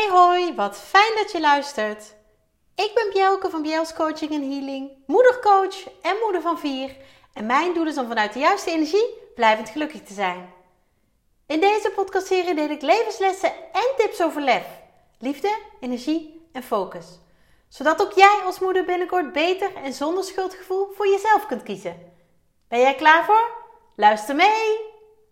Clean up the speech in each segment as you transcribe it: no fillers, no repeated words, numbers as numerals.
Hoi, wat fijn dat je luistert. Ik ben Bjelke van Bjels Coaching en Healing, moedercoach en moeder van 4. En mijn doel is om vanuit de juiste energie blijvend gelukkig te zijn. In deze podcastserie deel ik levenslessen en tips over lef, liefde, energie en focus. Zodat ook jij als moeder binnenkort beter en zonder schuldgevoel voor jezelf kunt kiezen. Ben jij klaar voor? Luister mee!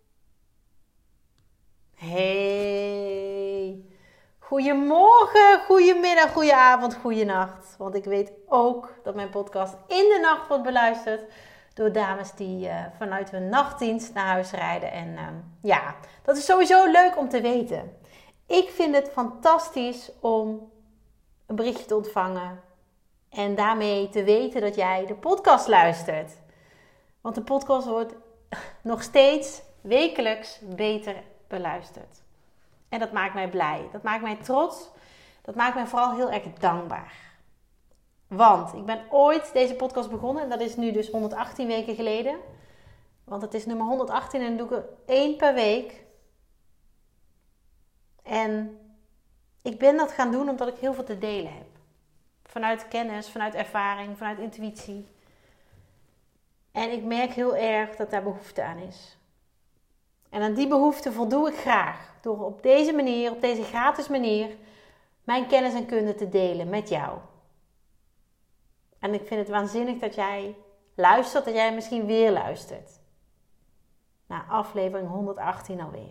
Hey! Goedemorgen, goedemiddag, goedenavond, goedenacht. Want ik weet ook dat mijn podcast in de nacht wordt beluisterd door dames die vanuit hun nachtdienst naar huis rijden. En dat is sowieso leuk om te weten. Ik vind het fantastisch om een berichtje te ontvangen en daarmee te weten dat jij de podcast luistert. Want de podcast wordt nog steeds wekelijks beter beluisterd. En dat maakt mij blij. Dat maakt mij trots. Dat maakt mij vooral heel erg dankbaar. Want ik ben ooit deze podcast begonnen. En dat is nu dus 118 weken geleden. Want het is nummer 118 en dan doe ik er 1 per week. En ik ben dat gaan doen omdat ik heel veel te delen heb. Vanuit kennis, vanuit ervaring, vanuit intuïtie. En ik merk heel erg dat daar behoefte aan is. En aan die behoefte voldoe ik graag. Door op deze manier, op deze gratis manier, mijn kennis en kunde te delen met jou. En ik vind het waanzinnig dat jij luistert, dat jij misschien weer luistert. Naar aflevering 118 alweer.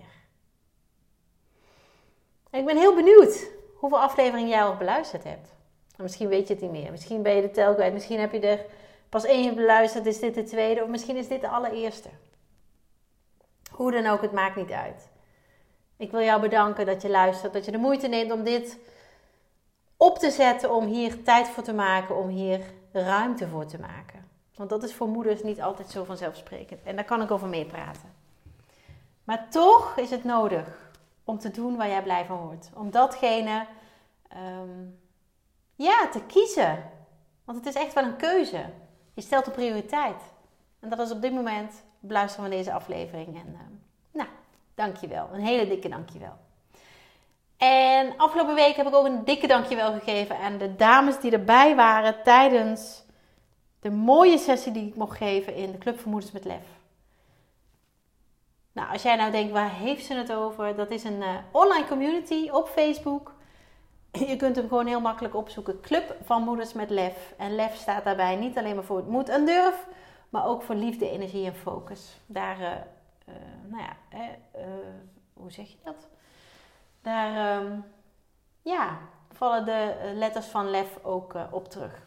En ik ben heel benieuwd hoeveel afleveringen jij al beluisterd hebt. En misschien weet je het niet meer. Misschien ben je de tel kwijt. Misschien heb je er pas 1 beluisterd. Is dit de tweede? Of misschien is dit de allereerste. Hoe dan ook, het maakt niet uit. Ik wil jou bedanken dat je luistert. Dat je de moeite neemt om dit op te zetten. Om hier tijd voor te maken. Om hier ruimte voor te maken. Want dat is voor moeders niet altijd zo vanzelfsprekend. En daar kan ik over meepraten. Maar toch is het nodig om te doen waar jij blij van wordt. Om datgene te kiezen. Want het is echt wel een keuze. Je stelt een prioriteit. En dat is op dit moment het beluisteren van deze aflevering. En dankjewel. Een hele dikke dankjewel. En afgelopen week heb ik ook een dikke dankjewel gegeven aan de dames die erbij waren tijdens de mooie sessie die ik mocht geven in de Club voor Moeders met Lef. Nou, als jij nou denkt, waar heeft ze het over? Dat is een online community op Facebook. Je kunt hem gewoon heel makkelijk opzoeken. Club van Moeders met Lef. En Lef staat daarbij niet alleen maar voor het moed en durf, maar ook voor liefde, energie en focus. Daar, hoe zeg je dat? Daar vallen de letters van Lef ook op terug.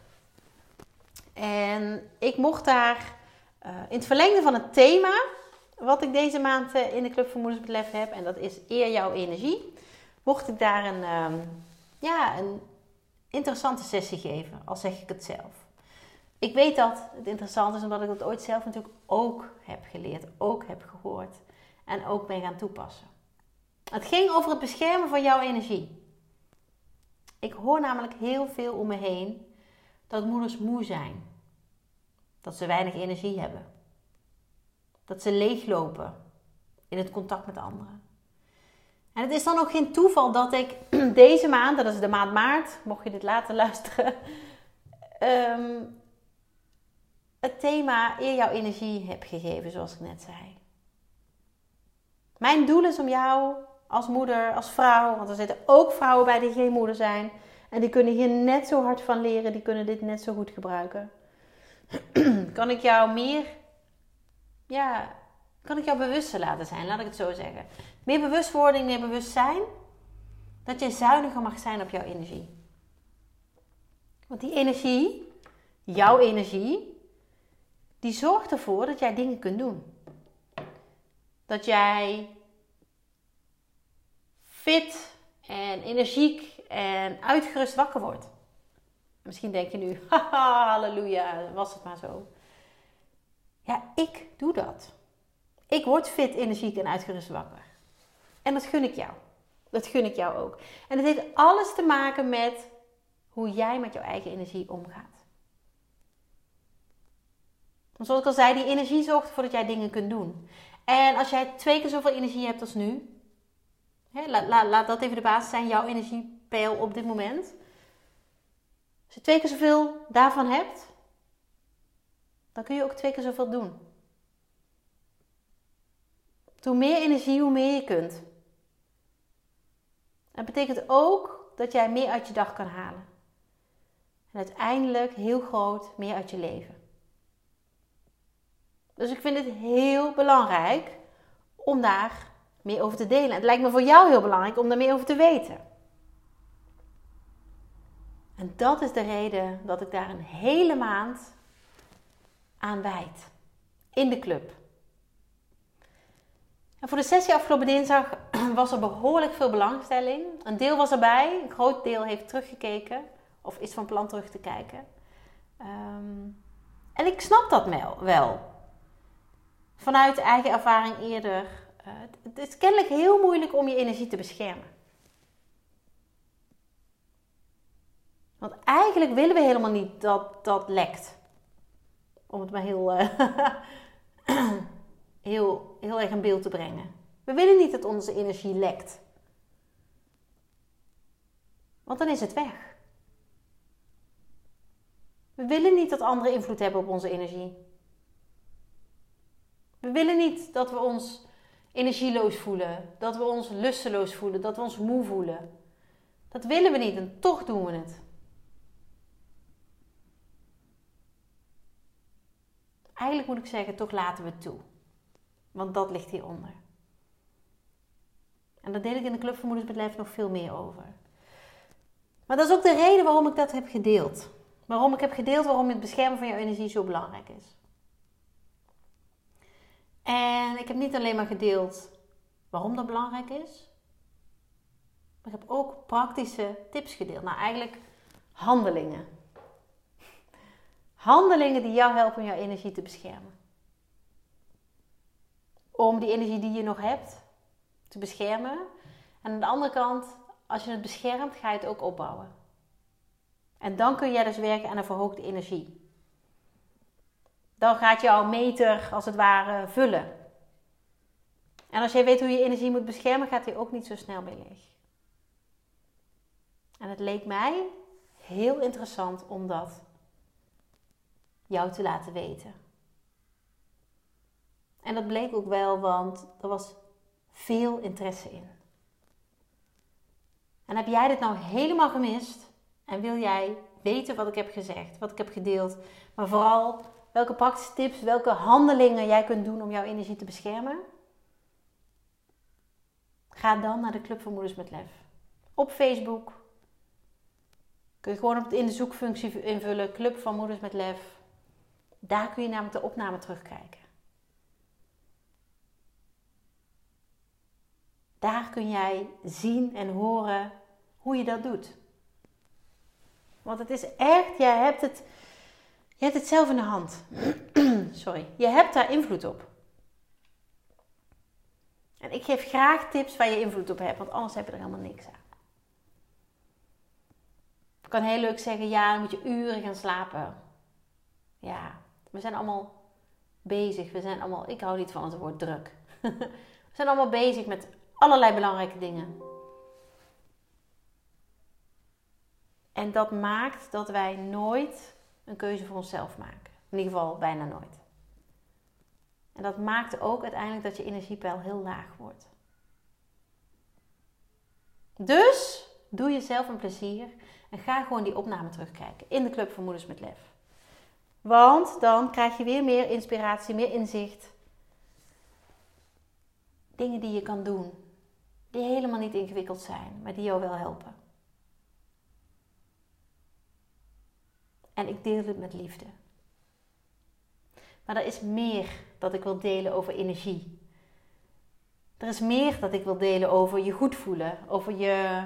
En ik mocht daar in het verlengde van het thema, wat ik deze maand in de Club voor Moeders met Lef heb, en dat is Eer jouw energie, mocht ik daar een interessante sessie geven, al zeg ik het zelf. Ik weet dat het interessant is, omdat ik dat ooit zelf natuurlijk ook heb geleerd, ook heb gehoord en ook ben gaan toepassen. Het ging over het beschermen van jouw energie. Ik hoor namelijk heel veel om me heen dat moeders moe zijn. Dat ze weinig energie hebben. Dat ze leeglopen in het contact met anderen. En het is dan ook geen toeval dat ik deze maand, dat is de maand maart, mocht je dit later luisteren, het thema Eer jouw energie heb gegeven, zoals ik net zei. Mijn doel is om jou als moeder, als vrouw, want er zitten ook vrouwen bij die geen moeder zijn, en die kunnen hier net zo hard van leren, die kunnen dit net zo goed gebruiken. Kan ik jou bewuster laten zijn, laat ik het zo zeggen. Meer bewustwording, meer bewustzijn, dat je zuiniger mag zijn op jouw energie. Want die energie, jouw energie, die zorgt ervoor dat jij dingen kunt doen. Dat jij fit en energiek en uitgerust wakker wordt. Misschien denk je nu, haha, halleluja, was het maar zo. Ja, ik doe dat. Ik word fit, energiek en uitgerust wakker. En dat gun ik jou. Dat gun ik jou ook. En het heeft alles te maken met hoe jij met jouw eigen energie omgaat. Want zoals ik al zei, die energie zorgt ervoor dat jij dingen kunt doen. En als jij 2 keer zoveel energie hebt als nu, laat dat even de basis zijn. Jouw energie energiepeil op dit moment. Als je 2 keer zoveel daarvan hebt, dan kun je ook 2 keer zoveel doen. Hoe meer energie, hoe meer je kunt. Dat betekent ook dat jij meer uit je dag kan halen. En uiteindelijk heel groot meer uit je leven. Dus ik vind het heel belangrijk om daar meer over te delen. Het lijkt me voor jou heel belangrijk om daar meer over te weten. En dat is de reden dat ik daar een hele maand aan wijd. In de club. En voor de sessie afgelopen dinsdag was er behoorlijk veel belangstelling. Een deel was erbij. Een groot deel heeft teruggekeken. Of is van plan terug te kijken. En ik snap dat wel. Vanuit eigen ervaring eerder. Het is kennelijk heel moeilijk om je energie te beschermen. Want eigenlijk willen we helemaal niet dat dat lekt. Om het maar heel erg in beeld te brengen. We willen niet dat onze energie lekt. Want dan is het weg. We willen niet dat anderen invloed hebben op onze energie. We willen niet dat we ons energieloos voelen. Dat we ons lusteloos voelen. Dat we ons moe voelen. Dat willen we niet en toch doen we het. Eigenlijk moet ik zeggen, toch laten we het toe. Want dat ligt hieronder. En daar deel ik in de Club van Moeders met Lef nog veel meer over. Maar dat is ook de reden waarom ik dat heb gedeeld. Waarom ik heb gedeeld waarom het beschermen van jouw energie zo belangrijk is. En ik heb niet alleen maar gedeeld waarom dat belangrijk is. Maar ik heb ook praktische tips gedeeld. Nou, eigenlijk handelingen. Handelingen die jou helpen om jouw energie te beschermen. Om die energie die je nog hebt te beschermen. En aan de andere kant, als je het beschermt, ga je het ook opbouwen. En dan kun jij dus werken aan een verhoogde energie. Dan gaat jouw meter als het ware vullen. En als jij weet hoe je energie moet beschermen, gaat die ook niet zo snel meer leeg. En het leek mij heel interessant om dat jou te laten weten. En dat bleek ook wel, want er was veel interesse in. En heb jij dit nou helemaal gemist en wil jij weten wat ik heb gezegd, wat ik heb gedeeld, maar vooral welke praktische tips, welke handelingen jij kunt doen om jouw energie te beschermen? Ga dan naar de Club van Moeders met Lef. Op Facebook kun je gewoon in de zoekfunctie invullen Club van Moeders met Lef. Daar kun je namelijk de opname terugkijken. Daar kun jij zien en horen hoe je dat doet. Want het is echt, je hebt het zelf in de hand. Sorry. Je hebt daar invloed op. En ik geef graag tips waar je invloed op hebt, want anders heb je er helemaal niks aan. Ik kan heel leuk zeggen, ja, dan moet je uren gaan slapen. Ja, we zijn allemaal bezig. Ik hou niet van het woord druk. We zijn allemaal bezig met allerlei belangrijke dingen. En dat maakt dat wij nooit een keuze voor onszelf maken. In ieder geval bijna nooit. En dat maakt ook uiteindelijk dat je energiepeil heel laag wordt. Dus doe jezelf een plezier en ga gewoon die opname terugkijken in de Club van Moeders met Lef. Want dan krijg je weer meer inspiratie, meer inzicht. Dingen die je kan doen, die helemaal niet ingewikkeld zijn, maar die jou wel helpen. En ik deel het met liefde. Maar er is meer dat ik wil delen over energie. Er is meer dat ik wil delen over je goed voelen. Over je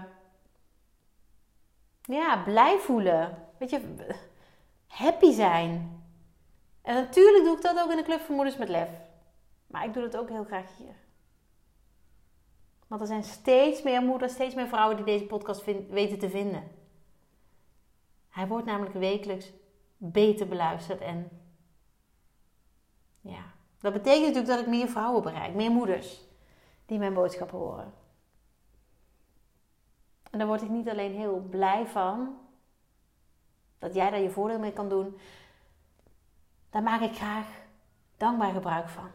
blij voelen. Weet je, happy zijn. En natuurlijk doe ik dat ook in de Club van Moeders met Lef. Maar ik doe dat ook heel graag hier. Want er zijn steeds meer moeders, steeds meer vrouwen die deze podcast weten te vinden. Hij wordt namelijk wekelijks beter beluisterd. En ja, dat betekent natuurlijk dat ik meer vrouwen bereik. Meer moeders die mijn boodschap horen. En daar word ik niet alleen heel blij van, dat jij daar je voordeel mee kan doen. Daar maak ik graag dankbaar gebruik van.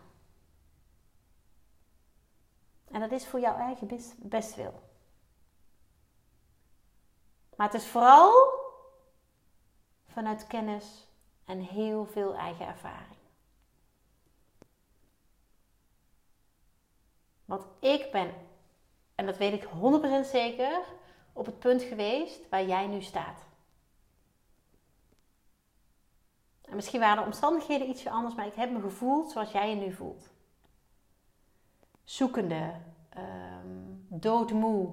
En dat is voor jouw eigen bestwil. Maar het is vooral vanuit kennis en heel veel eigen ervaring. Want ik ben, en dat weet ik 100% zeker, op het punt geweest waar jij nu staat. En misschien waren de omstandigheden ietsje anders, maar ik heb me gevoeld zoals jij je nu voelt. Zoekende, doodmoe,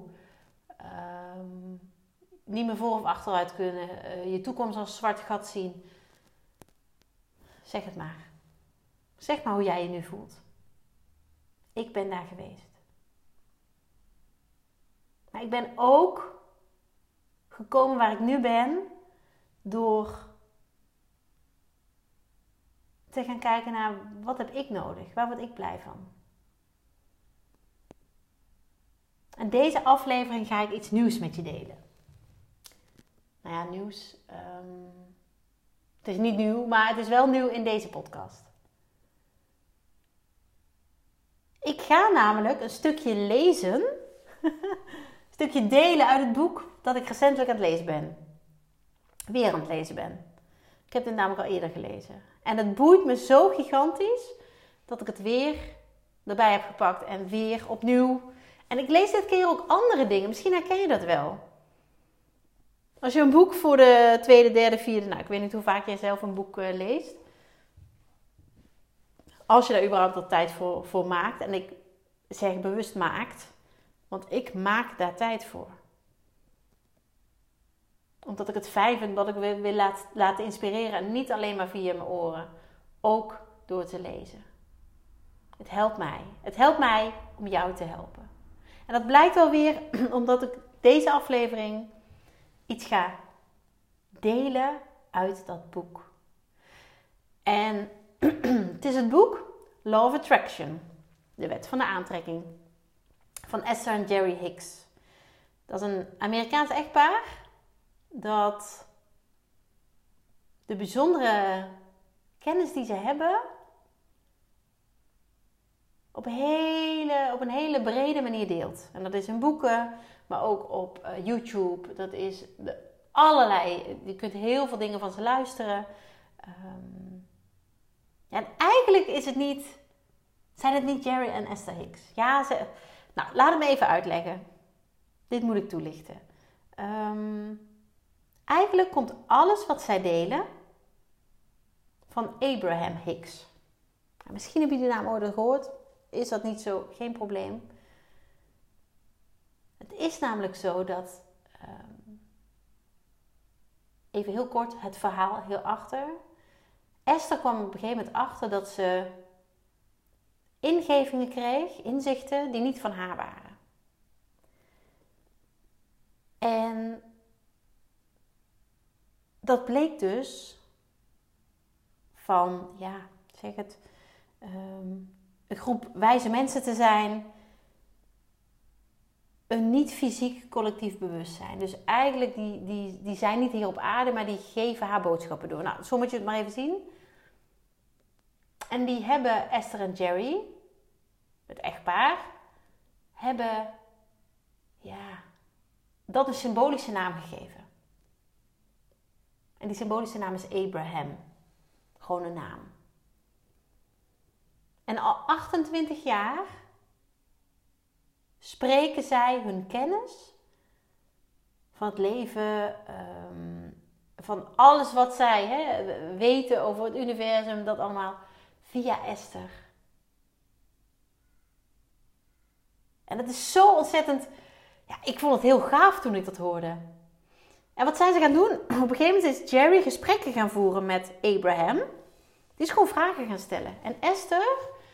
niet meer voor of achteruit kunnen, je toekomst als zwart gat zien. Zeg het maar. Zeg maar hoe jij je nu voelt. Ik ben daar geweest. Maar ik ben ook gekomen waar ik nu ben door te gaan kijken naar wat heb ik nodig? Waar word ik blij van? En deze aflevering ga ik iets nieuws met je delen. Nou ja, nieuws. Het is niet nieuw, maar het is wel nieuw in deze podcast. Ik ga namelijk een stukje lezen, een stukje delen uit het boek dat ik recentelijk aan het lezen ben. Weer aan het lezen ben. Ik heb dit namelijk al eerder gelezen. En het boeit me zo gigantisch dat ik het weer erbij heb gepakt en weer opnieuw. En ik lees dit keer ook andere dingen. Misschien herken je dat wel. Als je een boek voor de tweede, derde, vierde... Nou, ik weet niet hoe vaak jij zelf een boek leest. Als je daar überhaupt al tijd voor maakt. En ik zeg bewust maakt. Want ik maak daar tijd voor. Omdat ik het fijn vind dat ik wil laten inspireren. En niet alleen maar via mijn oren. Ook door te lezen. Het helpt mij. Het helpt mij om jou te helpen. En dat blijkt alweer omdat ik deze aflevering iets ga delen uit dat boek. En het is het boek Law of Attraction. De wet van de aantrekking. Van Esther en Jerry Hicks. Dat is een Amerikaans echtpaar. Dat de bijzondere kennis die ze hebben op een hele brede manier deelt. En dat is in boeken, maar ook op YouTube. Dat is allerlei. Je kunt heel veel dingen van ze luisteren. En eigenlijk zijn het niet Jerry en Esther Hicks. Ja, nou, laat het me even uitleggen. Dit moet ik toelichten. Eigenlijk komt alles wat zij delen van Abraham Hicks. Misschien heb je die naam ooit gehoord. Is dat niet zo? Geen probleem. Het is namelijk zo dat, even heel kort het verhaal heel achter. Esther kwam op een gegeven moment achter dat ze ingevingen kreeg, inzichten die niet van haar waren. En dat bleek dus van, een groep wijze mensen te zijn, een niet-fysiek collectief bewustzijn. Dus eigenlijk, die zijn niet hier op aarde, maar die geven haar boodschappen door. Nou, zo moet je het maar even zien. En die hebben Esther en Jerry, het echtpaar, hebben, dat een symbolische naam gegeven. En die symbolische naam is Abraham. Gewoon een naam. En al 28 jaar spreken zij hun kennis van het leven, van alles wat zij weten over het universum, dat allemaal via Esther. En dat is zo ontzettend, ik vond het heel gaaf toen ik dat hoorde. En wat zijn ze gaan doen? Op een gegeven moment is Jerry gesprekken gaan voeren met Abraham. Die is gewoon vragen gaan stellen. En Esther,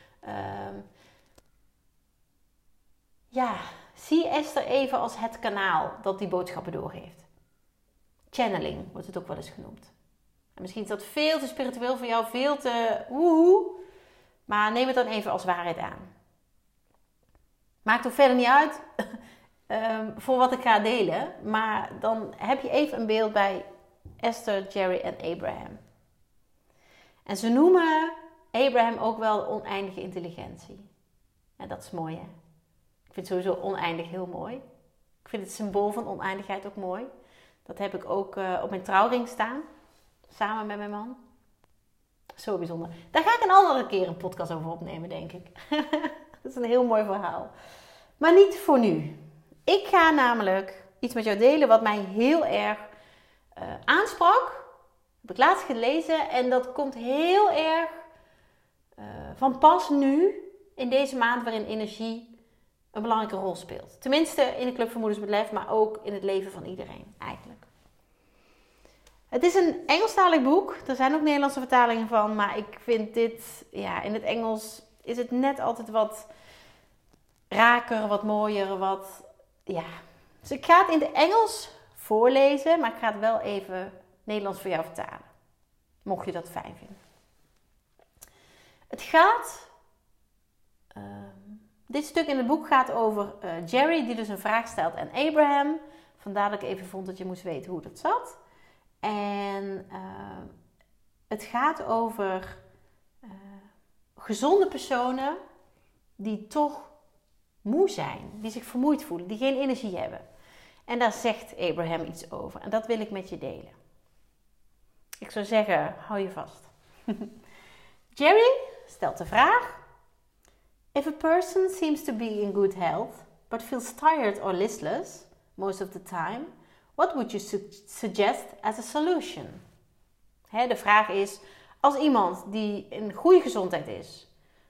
zie Esther even als het kanaal dat die boodschappen doorgeeft. Channeling wordt het ook wel eens genoemd. En misschien is dat veel te spiritueel voor jou, veel te woehoe. Maar neem het dan even als waarheid aan. Maakt ook verder niet uit. voor wat ik ga delen. Maar dan heb je even een beeld bij Esther, Jerry en Abraham. En ze noemen Abraham ook wel de oneindige intelligentie. En dat is mooi, hè? Ik vind sowieso oneindig heel mooi. Ik vind het symbool van oneindigheid ook mooi. Dat heb ik ook op mijn trouwring staan. Samen met mijn man. Zo bijzonder. Daar ga ik een andere keer een podcast over opnemen, denk ik. Dat is een heel mooi verhaal. Maar niet voor nu. Ik ga namelijk iets met jou delen wat mij heel erg aansprak. Dat heb ik laatst gelezen. En dat komt heel erg van pas nu. In deze maand waarin energie een belangrijke rol speelt. Tenminste in de Club van Moeders met Lef, maar ook in het leven van iedereen eigenlijk. Het is een Engelstalig boek. Er zijn ook Nederlandse vertalingen van. Maar ik vind dit, in het Engels is het net altijd wat raker, wat mooier, Dus ik ga het in het Engels voorlezen, maar ik ga het wel even Nederlands voor jou vertalen. Mocht je dat fijn vinden. Het gaat... dit stuk in het boek gaat over Jerry, die dus een vraag stelt aan Abraham. Vandaar dat ik even vond dat je moest weten hoe dat zat. En het gaat over gezonde personen die toch moe zijn. Die zich vermoeid voelen, die geen energie hebben. En daar zegt Abraham iets over. En dat wil ik met je delen. Ik zou zeggen, hou je vast. Jerry stelt de vraag. If a person seems to be in good health, but feels tired or listless most of the time, what would you suggest as a solution? De vraag is, als iemand die in goede gezondheid is,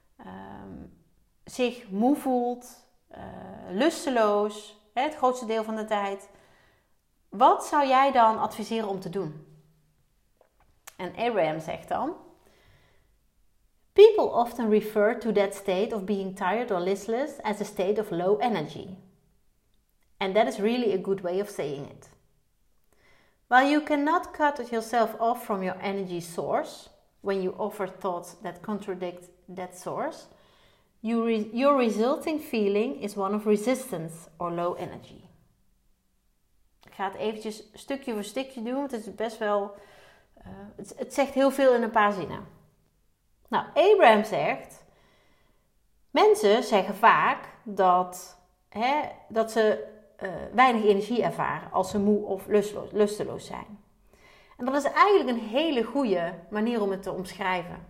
zich moe voelt, lusteloos, het grootste deel van de tijd, wat zou jij dan adviseren om te doen? En Abraham zegt dan, people often refer to that state of being tired or listless as a state of low energy. And that is really a good way of saying it. While you cannot cut yourself off from your energy source, when you offer thoughts that contradict that source, your resulting feeling is one of resistance or low energy. Ik ga het eventjes stukje voor stukje doen, want het is best wel... het zegt heel veel in een paar zinnen. Nou, Abraham zegt... Mensen zeggen vaak dat ze weinig energie ervaren als ze moe of lusteloos zijn. En dat is eigenlijk een hele goede manier om het te omschrijven.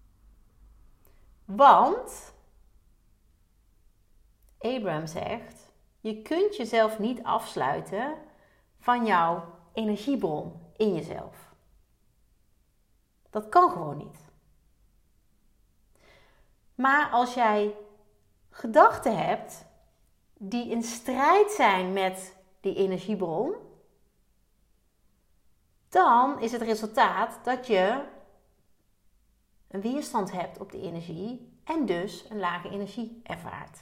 Want... Abraham zegt, je kunt jezelf niet afsluiten van jouw energiebron in jezelf. Dat kan gewoon niet. Maar als jij gedachten hebt die in strijd zijn met die energiebron, dan is het resultaat dat je een weerstand hebt op die energie en dus een lage energie ervaart.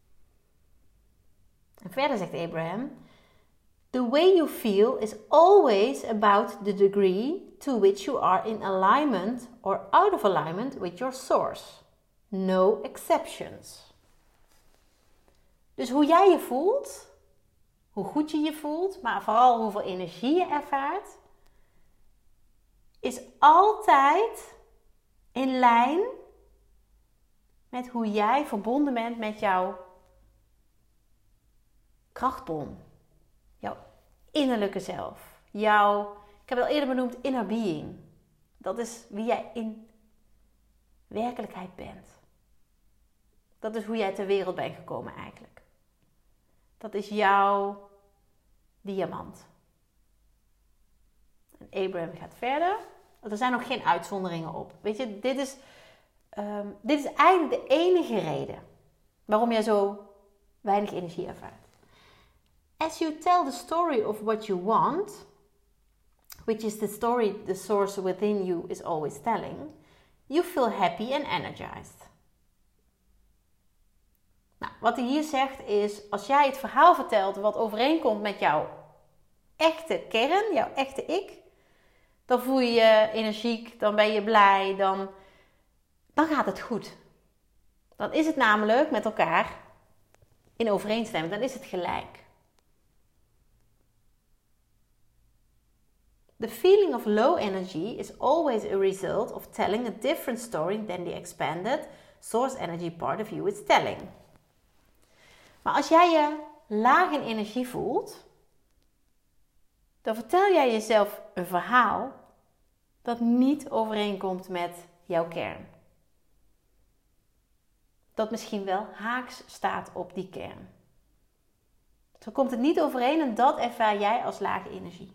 En verder zegt Abraham, the way you feel is always about the degree to which you are in alignment or out of alignment with your source. No exceptions. Dus hoe jij je voelt, hoe goed je je voelt, maar vooral hoeveel energie je ervaart, is altijd in lijn met hoe jij verbonden bent met jouw krachtbron. Jouw innerlijke zelf. Ik heb het al eerder benoemd, inner being. Dat is wie jij in werkelijkheid bent. Dat is hoe jij ter wereld bent gekomen eigenlijk. Dat is jouw diamant. En Abraham gaat verder. Er zijn nog geen uitzonderingen op. Weet je, dit is eigenlijk de enige reden waarom jij zo weinig energie ervaart. As you tell the story of what you want, which is the story the source within you is always telling, you feel happy and energized. Nou, wat hij hier zegt is, als jij het verhaal vertelt wat overeenkomt met jouw echte kern, jouw echte ik, dan voel je je energiek, dan ben je blij, dan gaat het goed. Dan is het namelijk met elkaar in overeenstemming, dan is het gelijk. The feeling of low energy is always a result of telling a different story than the expanded source energy part of you is telling. Maar als jij je laag in energie voelt, dan vertel jij jezelf een verhaal dat niet overeenkomt met jouw kern. Dat misschien wel haaks staat op die kern. Zo komt het niet overeen en dat ervaar jij als lage energie.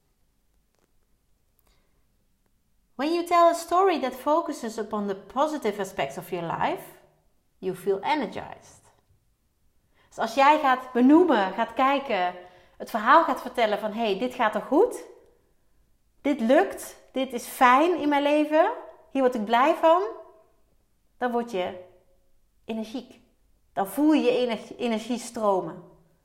When you tell a story that focuses upon the positive aspects of your life, you feel energized. Dus als jij gaat benoemen, gaat kijken, het verhaal gaat vertellen van hey, dit gaat er goed, dit lukt, dit is fijn in mijn leven, hier word ik blij van, dan word je energiek. Dan voel je je energie stromen.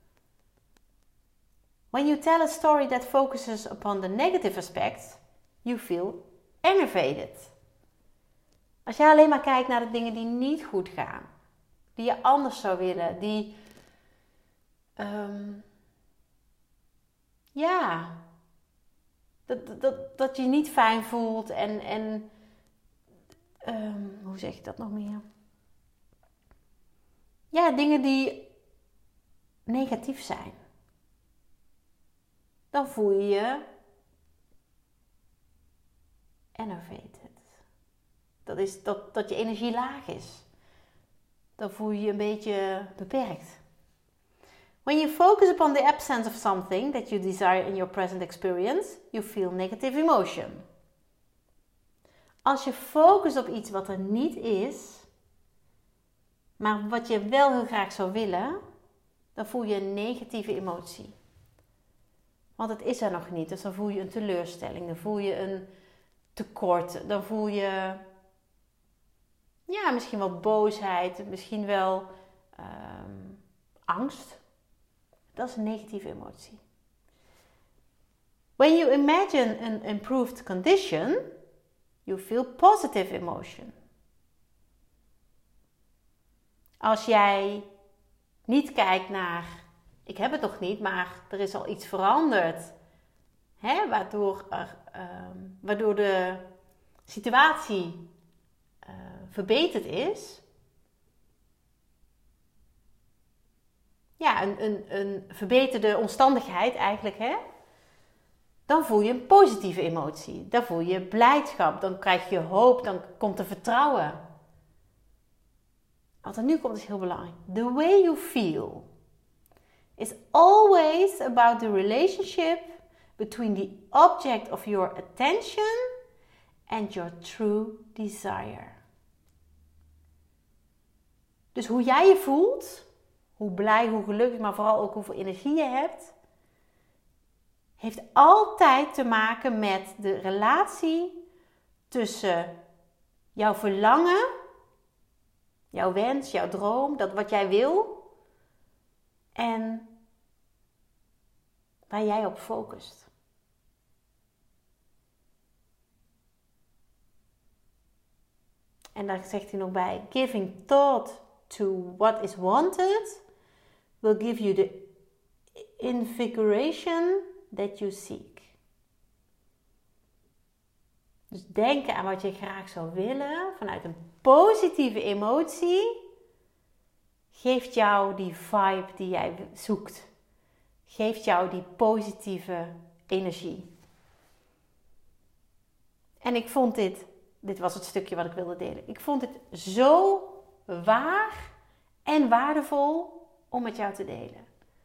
When you tell a story that focuses upon the negative aspects, you feel enervated. Als jij alleen maar kijkt naar de dingen die niet goed gaan, die je anders zou willen, die dat je niet fijn voelt en hoe zeg je dat nog meer? Ja, dingen die negatief zijn. Dan voel je je enervated. Dat is dat je energie laag is. Dan voel je je een beetje beperkt. When you focus upon the absence of something that you desire in your present experience, you feel negative emotion. Als je focust op iets wat er niet is, maar wat je wel heel graag zou willen, dan voel je een negatieve emotie. Want het is er nog niet, dus dan voel je een teleurstelling, dan voel je een tekort, dan voel je misschien wel boosheid, misschien wel angst. Dat is een negatieve emotie. When you imagine an improved condition, you feel positive emotion. Als jij niet kijkt naar, ik heb het nog niet, maar er is al iets veranderd. Waardoor de situatie verbeterd is. Ja, een verbeterde omstandigheid eigenlijk, hè? Dan voel je een positieve emotie. Dan voel je blijdschap. Dan krijg je hoop. Dan komt er vertrouwen. Wat er nu komt is heel belangrijk. The way you feel is always about the relationship between the object of your attention and your true desire. Dus hoe jij je voelt, hoe blij, hoe gelukkig, maar vooral ook hoeveel energie je hebt, heeft altijd te maken met de relatie tussen jouw verlangen, jouw wens, jouw droom, dat wat jij wil en waar jij op focust. En daar zegt hij nog bij, giving thought to what is wanted will give you the invigoration that you seek. Dus denken aan wat je graag zou willen vanuit een positieve emotie geeft jou die vibe die jij zoekt. Geeft jou die positieve energie. En ik vond dit was het stukje wat ik wilde delen. Ik vond het zo waar en waardevol om met jou te delen.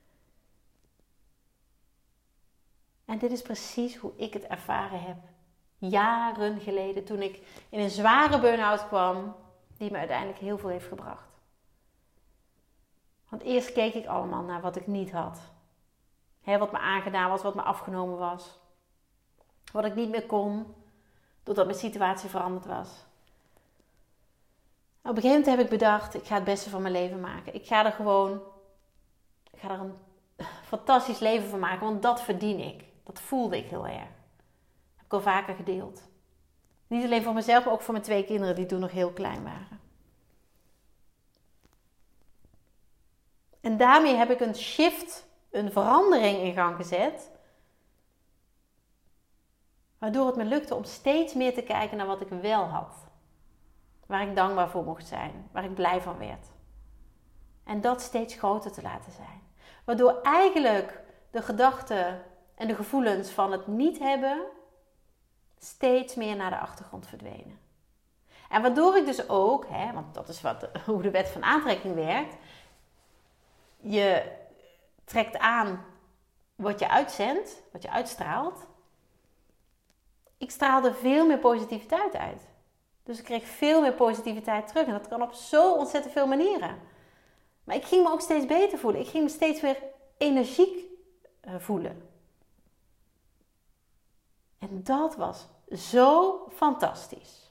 En dit is precies hoe ik het ervaren heb. Jaren geleden toen ik in een zware burn-out kwam. Die me uiteindelijk heel veel heeft gebracht. Want eerst keek ik allemaal naar wat ik niet had. Wat me aangedaan was, wat me afgenomen was. Wat ik niet meer kon. Doordat mijn situatie veranderd was. Op een gegeven moment heb ik bedacht, ik ga het beste van mijn leven maken. Ik ga er een fantastisch leven van maken, want dat verdien ik. Dat voelde ik heel erg. Dat heb ik al vaker gedeeld. Niet alleen voor mezelf, maar ook voor mijn 2 kinderen die toen nog heel klein waren. En daarmee heb ik een shift, een verandering in gang gezet. Waardoor het me lukte om steeds meer te kijken naar wat ik wel had. Waar ik dankbaar voor mocht zijn. Waar ik blij van werd. En dat steeds groter te laten zijn. Waardoor eigenlijk de gedachten en de gevoelens van het niet hebben steeds meer naar de achtergrond verdwenen. En waardoor ik dus ook, want dat is hoe de wet van aantrekking werkt. Je trekt aan wat je uitzendt, wat je uitstraalt. Ik straalde veel meer positiviteit uit. Dus ik kreeg veel meer positiviteit terug. En dat kan op zo ontzettend veel manieren. Maar ik ging me ook steeds beter voelen. Ik ging me steeds weer energiek voelen. En dat was zo fantastisch.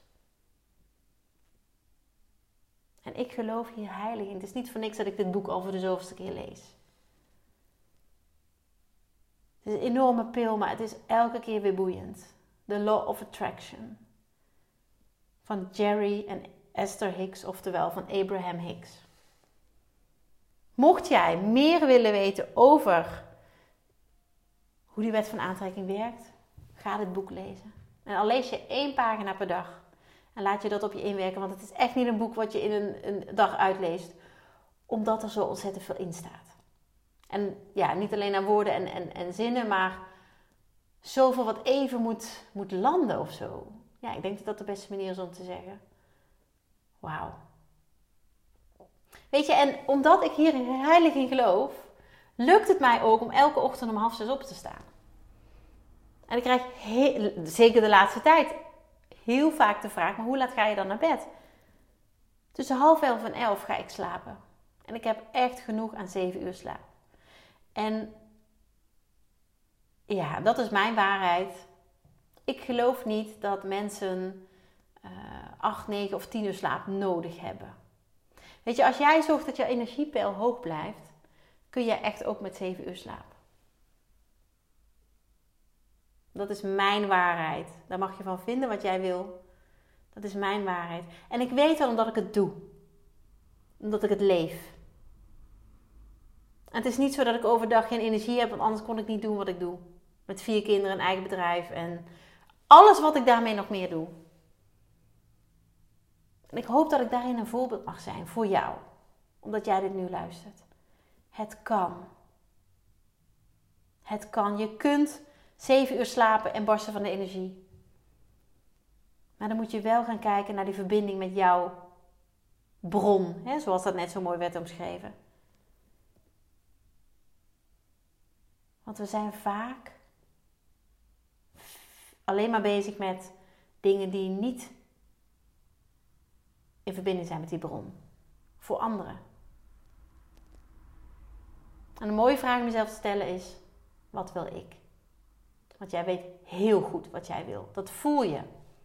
En ik geloof hier heilig in. Het is niet voor niks dat ik dit boek al voor de zoveelste keer lees. Het is een enorme pil, maar het is elke keer weer boeiend. The Law of Attraction. Van Jerry en Esther Hicks, oftewel van Abraham Hicks. Mocht jij meer willen weten over hoe die wet van aantrekking werkt, ga dit boek lezen. En al lees je 1 pagina per dag. En laat je dat op je inwerken, want het is echt niet een boek wat je in een dag uitleest. Omdat er zo ontzettend veel in staat. En ja, niet alleen aan woorden en zinnen, maar zoveel wat even moet landen of zo. Ja, ik denk dat dat de beste manier is om te zeggen. Wauw. Weet je, en omdat ik hier heilig in geloof, lukt het mij ook om elke ochtend om 5:30 op te staan. En ik krijg zeker de laatste tijd heel vaak de vraag, maar hoe laat ga je dan naar bed? Tussen 10:30 en 11 ga ik slapen. En ik heb echt genoeg aan 7 uur slaap. En ja, dat is mijn waarheid. Ik geloof niet dat mensen 8, 9 of 10 uur slaap nodig hebben. Weet je, als jij zorgt dat je energiepeil hoog blijft, kun je echt ook met 7 uur slapen. Dat is mijn waarheid. Daar mag je van vinden wat jij wil. Dat is mijn waarheid. En ik weet dat omdat ik het doe. Omdat ik het leef. En het is niet zo dat ik overdag geen energie heb, want anders kon ik niet doen wat ik doe. Met 4 kinderen, een eigen bedrijf en alles wat ik daarmee nog meer doe. En ik hoop dat ik daarin een voorbeeld mag zijn voor jou. Omdat jij dit nu luistert. Het kan. Het kan. Je kunt 7 uur slapen en barsten van de energie. Maar dan moet je wel gaan kijken naar die verbinding met jouw bron. Hè, zoals dat net zo mooi werd omschreven. Want we zijn vaak alleen maar bezig met dingen die niet in verbinding zijn met die bron. Voor anderen. En een mooie vraag om jezelf te stellen is, wat wil ik? Want jij weet heel goed wat jij wil. Dat voel je.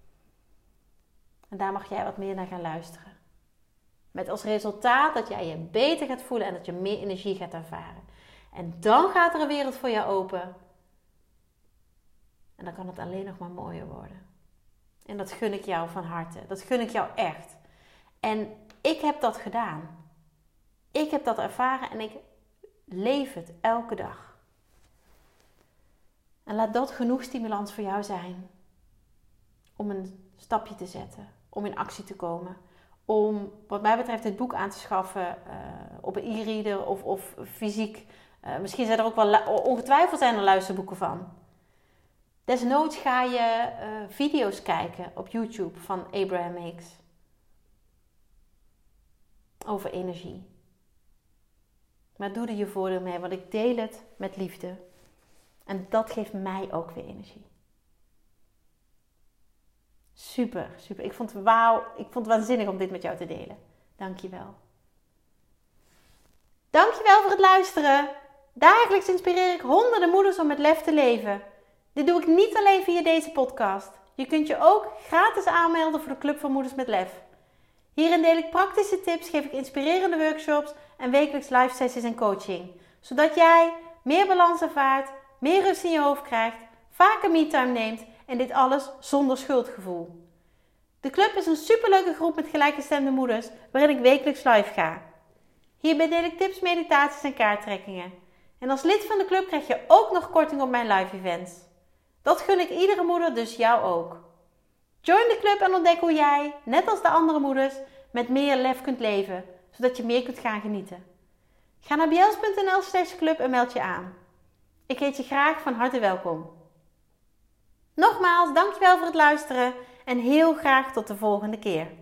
En daar mag jij wat meer naar gaan luisteren. Met als resultaat dat jij je beter gaat voelen en dat je meer energie gaat ervaren. En dan gaat er een wereld voor jou open. En dan kan het alleen nog maar mooier worden. En dat gun ik jou van harte. Dat gun ik jou echt. En ik heb dat gedaan. Ik heb dat ervaren en ik leef het elke dag. En laat dat genoeg stimulans voor jou zijn. Om een stapje te zetten. Om in actie te komen. Om wat mij betreft dit boek aan te schaffen. Op een e-reader of fysiek. Misschien zijn er ook wel ongetwijfeld zijn er luisterboeken van. Desnoods ga je video's kijken op YouTube van Abraham Hicks. Over energie. Maar doe er je voordeel mee, want ik deel het met liefde. En dat geeft mij ook weer energie. Super, super. Ik vond het waanzinnig om dit met jou te delen. Dankjewel. Dankjewel voor het luisteren. Dagelijks inspireer ik honderden moeders om met lef te leven. Dit doe ik niet alleen via deze podcast. Je kunt je ook gratis aanmelden voor de Club van Moeders met Lef. Hierin deel ik praktische tips, geef ik inspirerende workshops en wekelijks live sessies en coaching. Zodat jij meer balans ervaart, meer rust in je hoofd krijgt, vaker me-time neemt en dit alles zonder schuldgevoel. De club is een superleuke groep met gelijkgestemde moeders waarin ik wekelijks live ga. Hierbij deel ik tips, meditaties en kaarttrekkingen. En als lid van de club krijg je ook nog korting op mijn live events. Dat gun ik iedere moeder, dus jou ook. Join de club en ontdek hoe jij, net als de andere moeders, met meer lef kunt leven, zodat je meer kunt gaan genieten. Ga naar bjels.nl/club en meld je aan. Ik heet je graag van harte welkom. Nogmaals, dankjewel voor het luisteren en heel graag tot de volgende keer.